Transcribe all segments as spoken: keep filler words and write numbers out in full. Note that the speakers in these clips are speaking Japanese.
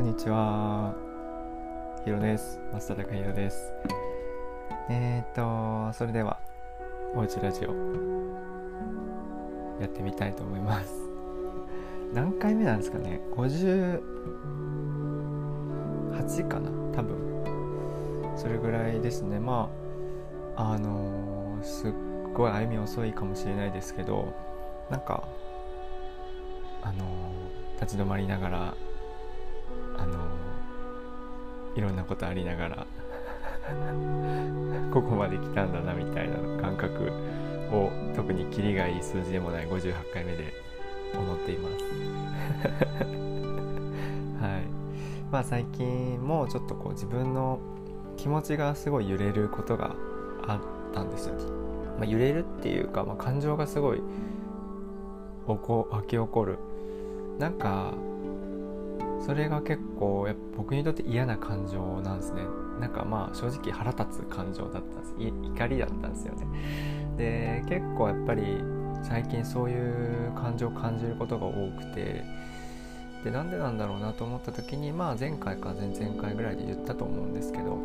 んにちは。ひろです。増田貴弘です。えーとそれではおうちラジオやってみたいと思います。何回目なんですかね。ごじゅうはちかな、多分それぐらいですね。まああのー、すっごい歩み遅いかもしれないですけど、なんかあのー、立ち止まりながらあのー、いろんなことありながらここまで来たんだなみたいな感覚を、特にキリがいい数字でもないごじゅうはちかいめで思っていますはい。まあ最近もちょっとこう自分の気持ちがすごい揺れることがあったんですよ。まあ、揺れるっていうか、まあ、感情がすごい湧き起こる。なんかそれが結構やっぱ僕にとって嫌な感情なんですね。なんかまあ正直腹立つ感情だったんです。怒りだったんですよね。で結構やっぱり最近そういう感情を感じることが多くて、でなんでなんだろうなと思った時に、まあ前回か前々回ぐらいで言ったと思うんですけど、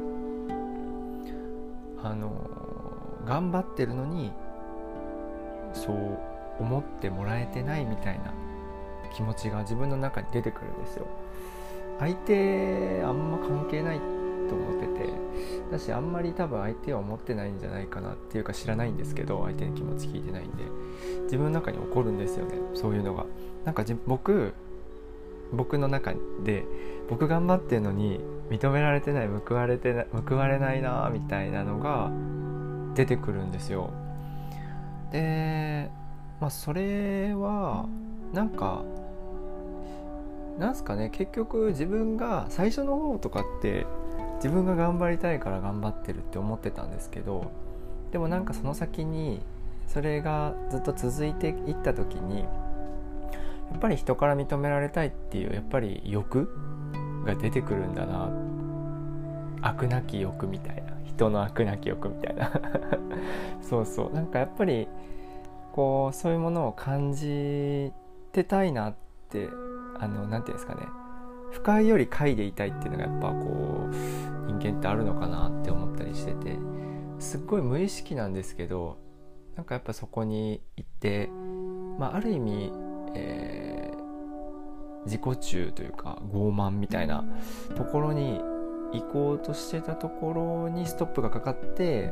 あの頑張ってるのにそう思ってもらえてないみたいな気持ちが自分の中に出てくるんですよ。相手あんま関係ないと思ってて、だしあんまり多分相手は思ってないんじゃないかなっていうか、知らないんですけど、相手の気持ち聞いてないんで自分の中に起こるんですよね、そういうのが。なんか僕僕の中で僕頑張ってるのに認められてない、報われてな報われないなみたいなのが出てくるんですよ。でまあそれはなんかなんすかね、結局自分が最初の方とかって自分が頑張りたいから頑張ってるって思ってたんですけど、でもなんかその先にそれがずっと続いていった時に、やっぱり人から認められたいっていうやっぱり欲が出てくるんだな。悪なき欲みたいな、人の悪なき欲みたいなそうそう、なんかやっぱりこうそういうものを感じてたいなって、あのなんていうんですかね、不快より快でいたいっていうのがやっぱこう人間ってあるのかなって思ったりしてて、すっごい無意識なんですけど、なんかやっぱそこに行って、まあある意味、えー、自己中というか傲慢みたいなところに行こうとしてたところにストップがかかって、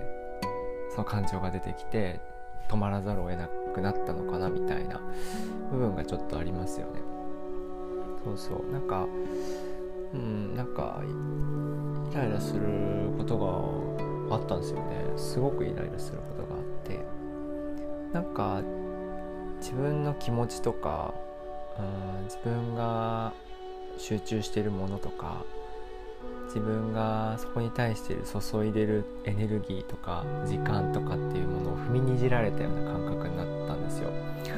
その感情が出てきて止まらざるを得なくなったのかなみたいな部分がちょっとありますよね。そうそう、なんかうんなんかイライラすることがあったんですよね。すごくイライラすることがあって、なんか自分の気持ちとか、うん自分が集中しているものとか、自分がそこに対して注いでるエネルギーとか時間とかっていうものを踏みにじられたような感覚になったんですよ。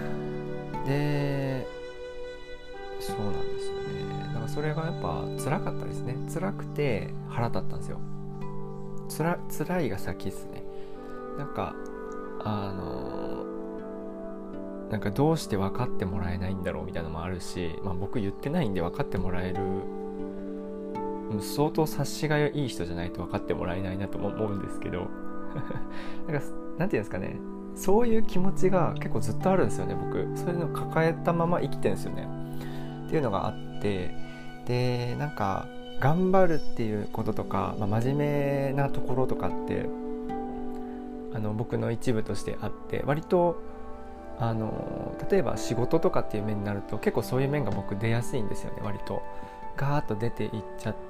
でそうなんですよね。だからそれがやっぱ辛かったですね。辛くて腹立ったんですよ。つら辛いが先ですね。なんかあのなんかどうして分かってもらえないんだろうみたいなのもあるし、まあ僕言ってないんで分かってもらえる、相当察しがいい人じゃないと分かってもらえないなとも思うんですけどなんかなんていうんですかね、そういう気持ちが結構ずっとあるんですよね。僕そういうのを抱えたまま生きてるんですよねっていうのがあって、でなんか頑張るっていうこととか、まあ、真面目なところとかってあの僕の一部としてあって、割とあの例えば仕事とかっていう面になると結構そういう面が僕出やすいんですよね。割とガーッと出ていっちゃって、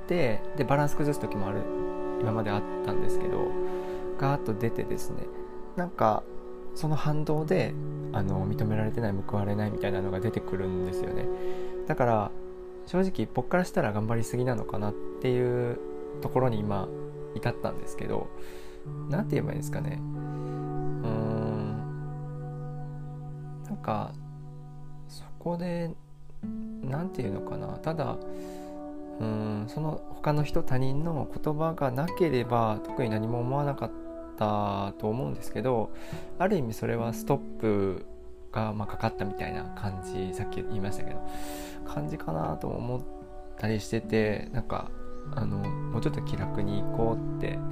でバランス崩す時もある、今まであったんですけど、ガーッと出てですね、なんかその反動であの認められてない、報われないみたいなのが出てくるんですよね。だから正直僕からしたら頑張りすぎなのかなっていうところに今至ったんですけど、なんて言えばいいんですかね、うーんなんかそこでなんていうのかな、ただうーんその他の人、他人の言葉がなければ特に何も思わなかったと思うんですけど、ある意味それはストップがまあかかったみたいな感じ、さっき言いましたけど感じかなとも思ったりしてて、なんかあのもうちょっと気楽に行こうって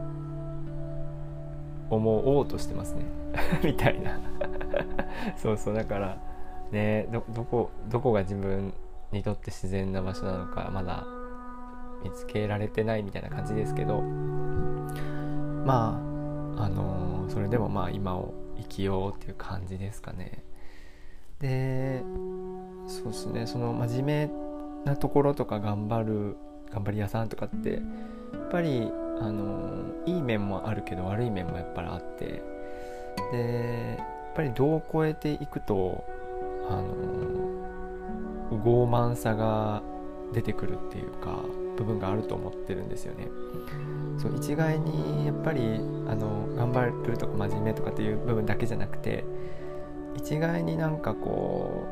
思おうとしてますねみたいなそうそう、だからね、ど、どこどこが自分にとって自然な場所なのかまだ見つけられてないみたいな感じですけど、まああのそれでもまあ今を生きようっていう感じですかね。で、そうですね、その真面目なところとか頑張る頑張り屋さんとかってやっぱりあのいい面もあるけど悪い面もやっぱりあって、でやっぱり度を超えていくとあの傲慢さが出てくるっていうか部分があると思ってるんですよね。そう一概にやっぱりあの頑張るとか真面目とかっていう部分だけじゃなくて、一概になんかこ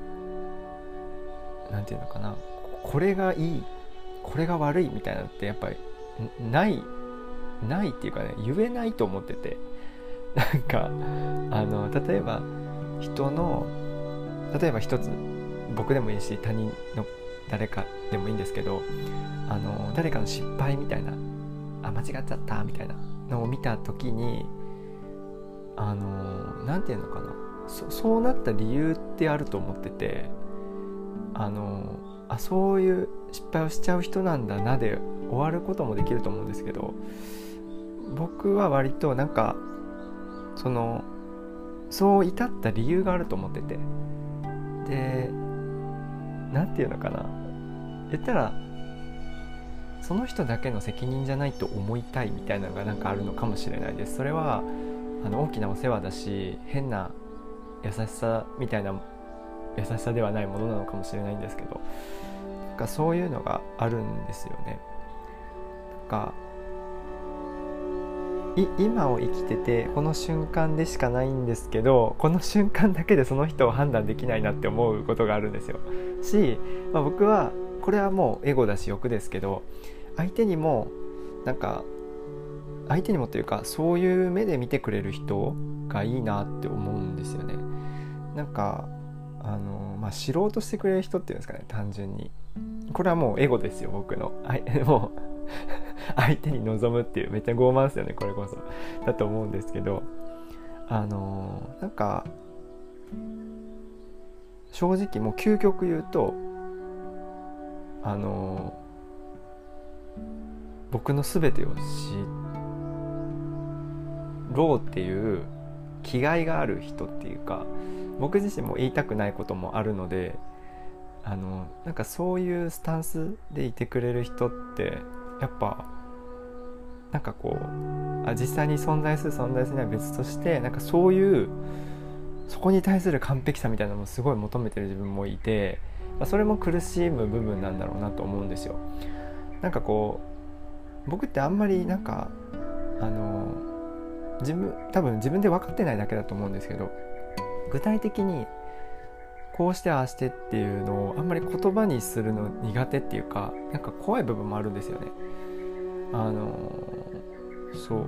うなんていうのかな、これがいいこれが悪いみたいなのってやっぱりないないっていうかね、言えないと思ってて、なんかあの例えば人の例えば一つ僕でもいいし他人の誰かでもいいんですけど、あの誰かの失敗みたいな、あ間違っちゃったみたいなのを見た時に、あのなんていうのかな、そそうなった理由ってあると思ってて、あのあそういう失敗をしちゃう人なんだなで終わることもできると思うんですけど、僕は割となんかそのそう至った理由があると思ってて、でなんていうのかな、言ったらその人だけの責任じゃないと思いたいみたいなのがなんかあるのかもしれないです。それはあの大きなお世話だし、変な優しさみたいな優しさではないものなのかもしれないんですけど、なんかそういうのがあるんですよね。なんかい今を生きててこの瞬間でしかないんですけど、この瞬間だけでその人を判断できないなって思うことがあるんですよし、まあ、僕はこれはもうエゴだし欲ですけど、相手にもなんか相手にもというかそういう目で見てくれる人がいいなって思うんですよね。なんかあの、まあ、知ろうとしてくれる人っていうんですかね、単純にこれはもうエゴですよ僕の。あもう相手に望むっていうめっちゃ傲慢ですよね、これこそだと思うんですけど、あのなんか正直もう究極言うと、あの僕の全てを知ろうっていう気概がある人っていうか、僕自身も言いたくないこともあるので、あのなんかそういうスタンスでいてくれる人ってやっぱなんかこうあ実際に存在する存在しないは別として、なんかそういうそこに対する完璧さみたいなのもすごい求めてる自分もいて、まあ、それも苦しむ部分なんだろうなと思うんですよ。なんかこう僕ってあんまりなんかあの自分多分自分で分かってないだけだと思うんですけど、具体的にこうしてああしてっていうのをあんまり言葉にするの苦手っていうか、なんか怖い部分もあるんですよね。あのそう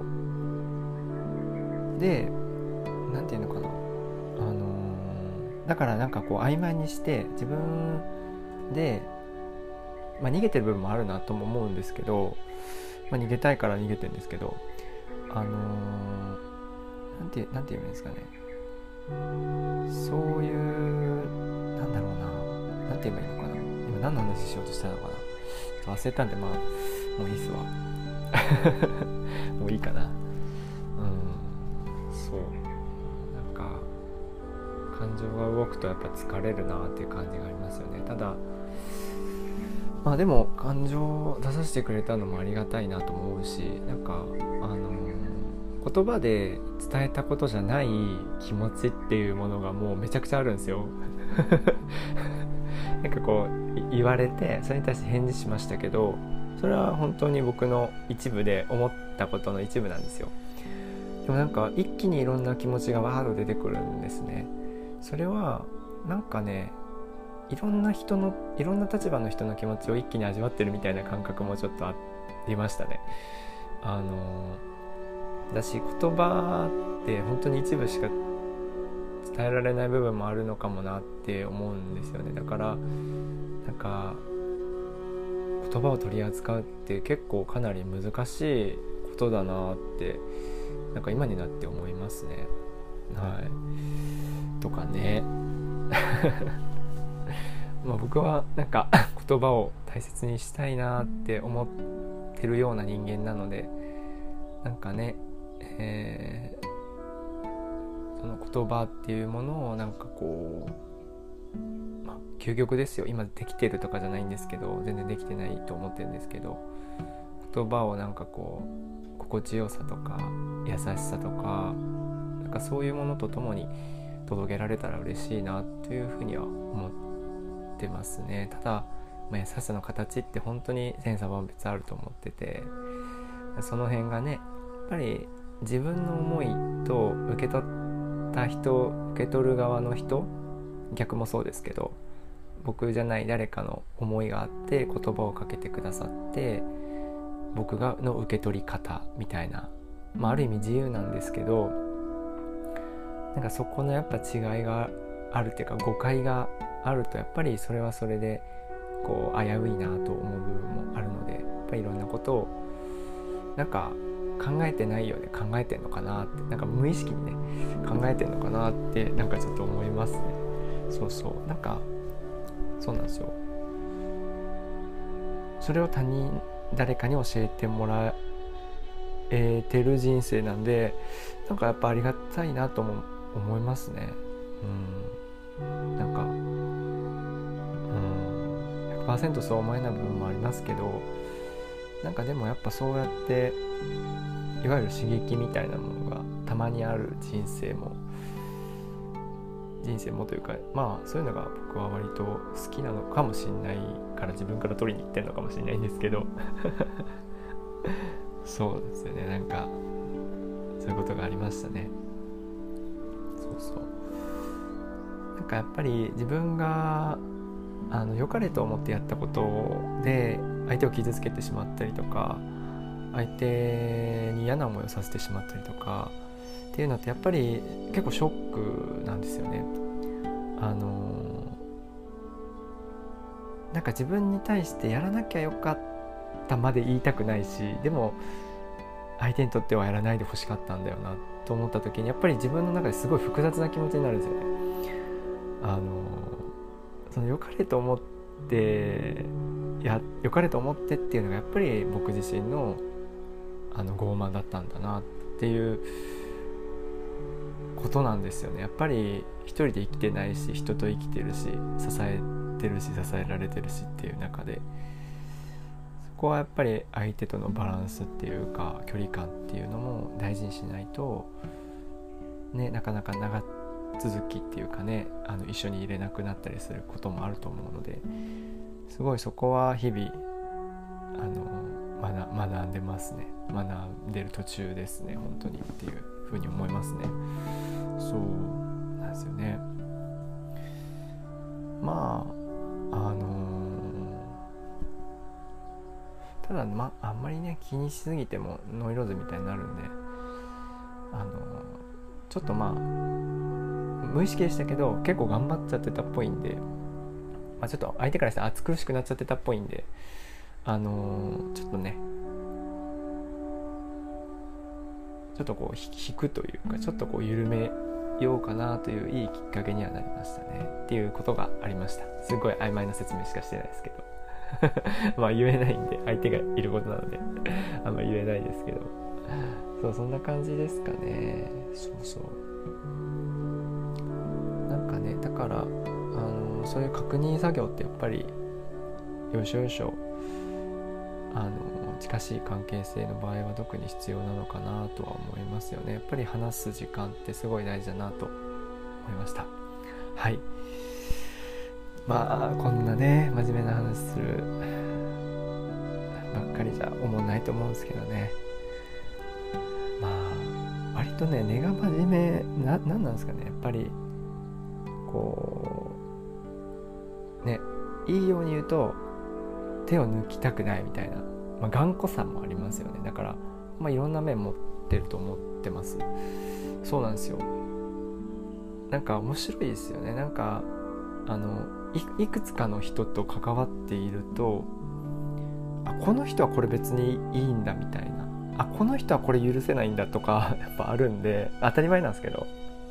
でなんていうのかな、あのだからなんかこう曖昧にして自分で、まあ、逃げてる部分もあるなとも思うんですけど、まあ、逃げたいから逃げてるんですけど、あのなんてなんて言うんですかね、そういうなんだろうな、なんて言えばいいのかな、今何の話しようとしたのかな、ちょっと忘れたんで、まあもういいっすわもういいかな。うんそうなんか感情が動くとやっぱ疲れるなっていう感じがありますよね。ただまあでも感情を出させてくれたのもありがたいなと思うし、なんかあの言葉で伝えたことじゃない気持ちっていうものがもうめちゃくちゃあるんですよなんかこう言われてそれに対して返事しましたけど、それは本当に僕の一部で思ったことの一部なんですよ。でもなんか一気にいろんな気持ちがわーっと出てくるんですね。それはなんかね、いろんな人のいろんな立場の人の気持ちを一気に味わってるみたいな感覚もちょっとありましたね。あのだし言葉って本当に一部しか伝えられない部分もあるのかもなって思うんですよね。だからなんか言葉を取り扱うって結構かなり難しいことだなってなんか今になって思いますね。はいとかねまあ僕はなんか言葉を大切にしたいなって思ってるような人間なので、なんかね、えー、その言葉っていうものをなんかこう、まあ、究極ですよ。今できてるとかじゃないんですけど、全然できてないと思ってるんですけど、言葉をなんかこう心地よさとか優しさとかなんかそういうものとともに届けられたら嬉しいなというふうには思ってますね。ただ、まあ、優しさの形って本当に千差万別あると思ってて、その辺がねやっぱり自分の思いと受け取った人、受け取る側の人、逆もそうですけど、僕じゃない誰かの思いがあって言葉をかけてくださって僕がの受け取り方みたいな、まあ、ある意味自由なんですけど、なんかそこのやっぱ違いがあるっていうか誤解があるとやっぱりそれはそれでこう危ういなと思う部分もあるので、やっぱりいろんなことをなんか考えてないようで考えてんのかなって、なんか無意識にね考えてんのかなってなんかちょっと思いますね。そうそうなんかそうなんですよ。それを他人誰かに教えてもらえてる人生なんで、なんかやっぱありがたいなとも思いますね。うんなんか、うん、ひゃくパーセント そう思えない部分もありますけど、なんかでもやっぱそうやっていわゆる刺激みたいなものがたまにある人生も人生もというか、まあそういうのが僕は割と好きなのかもしれないから自分から取りに行ってるのかもしれないんですけどそうですよね、なんかそういうことがありましたね。そうそうなんかやっぱり自分があの良かれと思ってやったことで相手を傷つけてしまったりとか、相手に嫌な思いをさせてしまったりとかっていうのってやっぱり結構ショックなんですよね。あのなんか自分に対してやらなきゃよかったまで言いたくないし、でも相手にとってはやらないでほしかったんだよなと思った時にやっぱり自分の中ですごい複雑な気持ちになるんですよね。あのその良かれと思ってや良かれと思ってっていうのがやっぱり僕自身のあの傲慢だったんだなっていうことなんですよね。やっぱり一人で生きてないし人と生きてるし支えてるし支えられてるしっていう中で、そこはやっぱり相手とのバランスっていうか距離感っていうのも大事にしないとね、なかなか長続きっていうかね、あの一緒にいれなくなったりすることもあると思うので、すごいそこは日々あの 学, 学んでますね。学んでる途中ですね本当にっていうふうに思いますね。そうなんですよね。まああのー、ただまあんまりね気にしすぎてもノイローゼみたいになるんで、あのー、ちょっとまあ無意識でしたけど結構頑張っちゃってたっぽいんで、まあ、ちょっと相手からして暑苦しくなっちゃってたっぽいんで、あのー、ちょっとねちょっとこう引くというかちょっとこう緩めようかなといういいきっかけにはなりましたねっていうことがありました。すごい曖昧な説明しかしてないですけどまあ言えないんで相手がいることなのであんま言えないですけど、そうそんな感じですかね。そうそうなんかねだからあのそういう確認作業ってやっぱりよいしょよいしょあの近しい関係性の場合は特に必要なのかなとは思いますよね。やっぱり話す時間ってすごい大事だなと思いました。はい、まあこんなね真面目な話するばっかりじゃ思わないと思うんですけどね、まあ割とね根が真面目な、なんなんですかね、やっぱりこうねいいように言うと手を抜きたくないみたいな、まあ、頑固さもありますよね。だから、まあ、いろんな面持ってると思ってます。そうなんですよ。なんか面白いですよね。なんかあの い, いくつかの人と関わっているとあこの人はこれ別にいいんだみたいな、あこの人はこれ許せないんだとかやっぱあるんで、当たり前なんですけど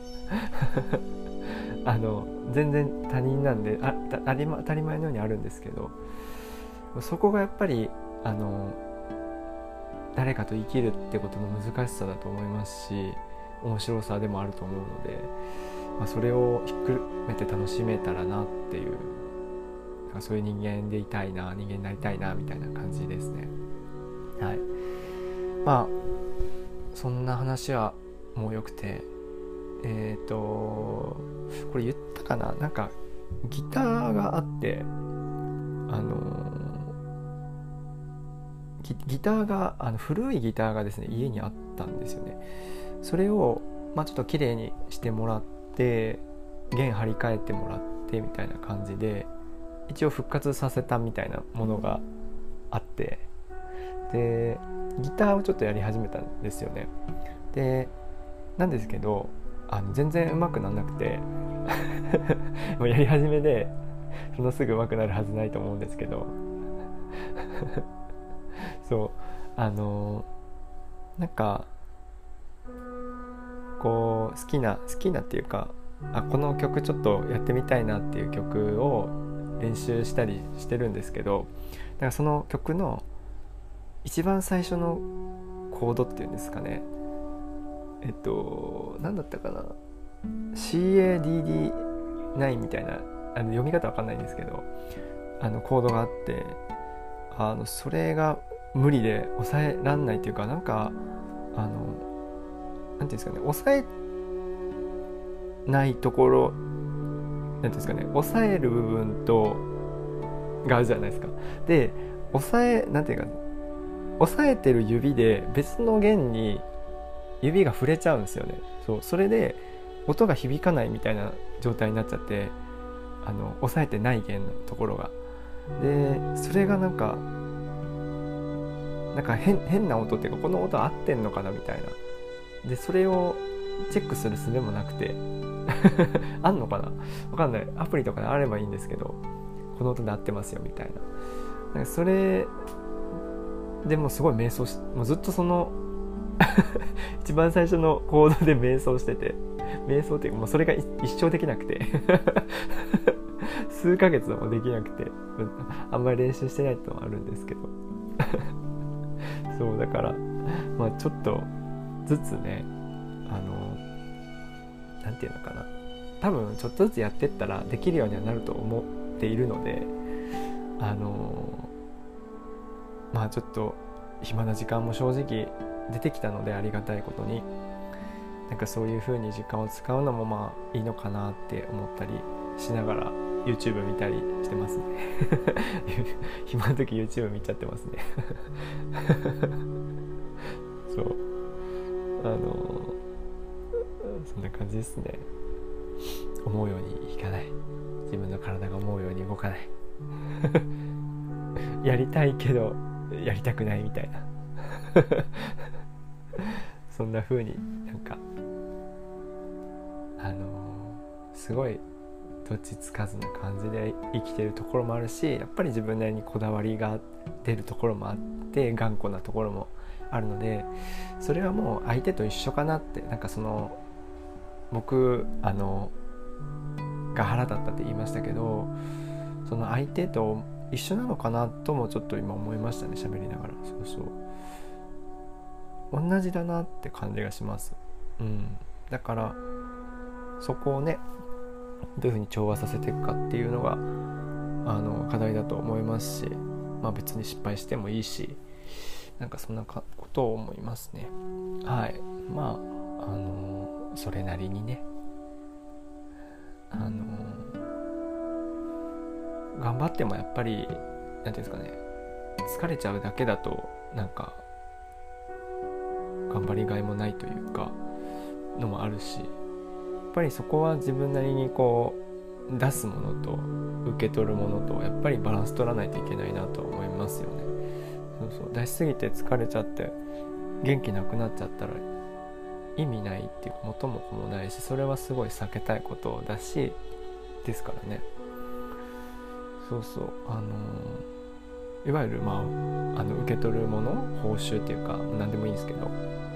あの全然他人なんであ当たり前、当たり前のようにあるんですけど、そこがやっぱりあの誰かと生きるってことの難しさだと思いますし、面白さでもあると思うので、まあ、それをひっくるめて楽しめたらなっていう、なんかそういう人間でいたいな、人間になりたいなみたいな感じですね。はい。まあそんな話はもうよくて、えっとこれ言ったかな、なんかギターがあって、あのギ, ギターがあの古いギターがですね家にあったんですよね。それを、まあ、ちょっと綺麗にしてもらって、弦張り替えてもらってみたいな感じで一応復活させたみたいなものがあって、でギターをちょっとやり始めたんですよね。でなんですけどあの全然上手くならなくてもうやり始めでそのすぐ上手くなるはずないと思うんですけどそうあのなんかこう好きな好きなっていうか、あこの曲ちょっとやってみたいなっていう曲を練習したりしてるんですけど、だからその曲の一番最初のコードっていうんですかね、えっと何だったかな シーエーディーディーナイン みたいな、あの読み方わかんないんですけど、あのコードがあって、あのそれが無理で抑えらんないっていうか、なんかあのなんていうんですかね、抑えないところ、なんていうんですかね、抑える部分とがあるじゃないですか。で抑えなんていうか押さえてる指で別の弦に指が触れちゃうんですよね。そう、それで音が響かないみたいな状態になっちゃって、あの押さえてない弦のところが、でそれがなんかなんか 変, 変な音っていうか、この音合ってんのかなみたいな、でそれをチェックする術もなくてあんのかなわかんない、アプリとかであればいいんですけど、この音で合ってますよみたいな、なんかそれでもすごい迷走し、もうずっとその一番最初のコードで迷走してて、迷走っていうかもうそれが一生できなくて数ヶ月もできなくて、あんまり練習してないってのもあるんですけどそうだからまあちょっとずつね、あのなんていうのかな、多分ちょっとずつやってったらできるようにはなると思っているので、あのまあちょっと暇な時間も正直出てきたので、ありがたいことになんかそういう風に時間を使うのもまあいいのかなって思ったりしながら YouTube 見たりしてますね暇な時 YouTube 見ちゃってますねそうあのそんな感じですね。思うようにいかない、自分の体が思うように動かないやりたいけどやりたくないみたいなそんな風になんかあのー、すごいどっちつかずな感じで生きてるところもあるし、やっぱり自分なりにこだわりが出るところもあって頑固なところもあるので、それはもう相手と一緒かなって、なんかその僕あのが腹立ったって言いましたけど、その相手と一緒なのかなともちょっと今思いましたね、喋りながら。そうそう同じだなって感じがします。うん、だからそこをねどういうふうに調和させていくかっていうのがあの課題だと思いますし、まあ別に失敗してもいいし、なんかそんなことを思いますね。はい、まああのそれなりにね、あの頑張ってもやっぱりなんていうんですかね、疲れちゃうだけだとなんか頑張りがいもないというかのもあるし、やっぱりそこは自分なりにこう出すものと受け取るものとやっぱりバランス取らないといけないなと思いますよね。そうそう、出しすぎて疲れちゃって元気なくなっちゃったら意味ないっていうか元も子もないし、それはすごい避けたいことだしですからね。そうそう、あのー、 いわゆる、まあ、あの受け取るもの、報酬っていうか何でもいいんですけど、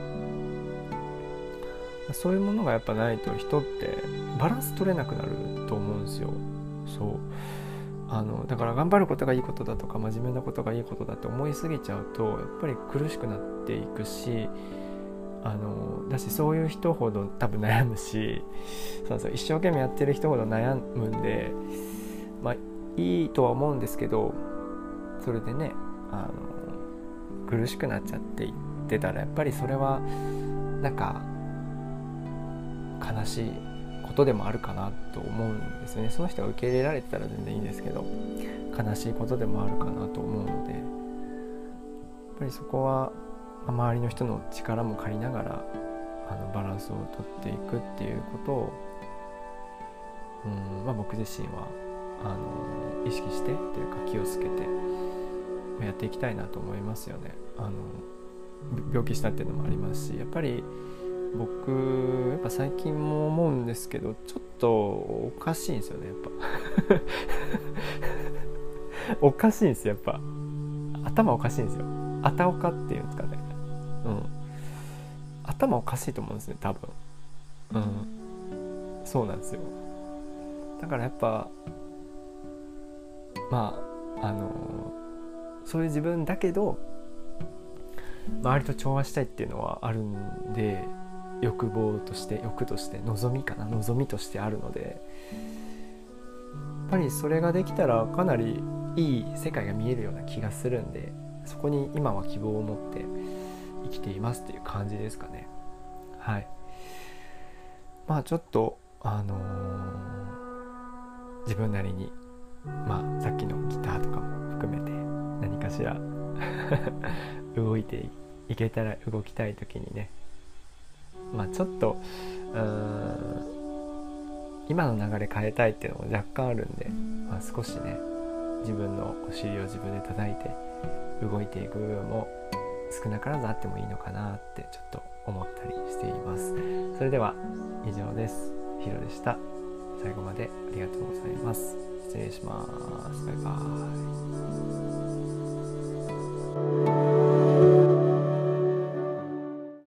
そういうものがやっぱないと人ってバランス取れなくなると思うんですよ。そうあのだから頑張ることがいいことだとか真面目なことがいいことだって思いすぎちゃうとやっぱり苦しくなっていくし、あのだしそういう人ほど多分悩むし、そうそう一生懸命やってる人ほど悩むんで、まあいいとは思うんですけど、それでねあの苦しくなっちゃっていってたらやっぱりそれはなんか悲しいことでもあるかなと思うんですよね。その人が受け入れられてたら全然いいんですけど、悲しいことでもあるかなと思うので、やっぱりそこは周りの人の力も借りながらあのバランスをとっていくっていうことを、うん、まあ、僕自身はあの意識してというか気をつけてやっていきたいなと思いますよね。あの病気したっていうのもありますし、やっぱり僕やっぱ最近も思うんですけど、ちょっとおかしいんですよね、やっぱおかしいんですよ、やっぱ頭おかしいんですよ。あたおかっていうんですかね、うん、頭おかしいと思うんですね、多分。うん、そうなんですよ。だからやっぱまああのそういう自分だけど周りと調和したいっていうのはあるんで、欲望として欲として望みかな望みとしてあるので、やっぱりそれができたらかなりいい世界が見えるような気がするんで、そこに今は希望を持って生きていますっていう感じですかね。はい。まあちょっとあのー、自分なりにまあさっきのギターとかも含めて何かしら動いていけたら、動きたい時にね、まあちょっとうーん今の流れ変えたいっていうのも若干あるんで、まあ、少しね自分のお尻を自分で叩いて動いていく部分も少なからずあってもいいのかなってちょっと思ったりしています。それでは以上です。ヒロでした。最後までありがとうございます。失礼します。バイバーイ。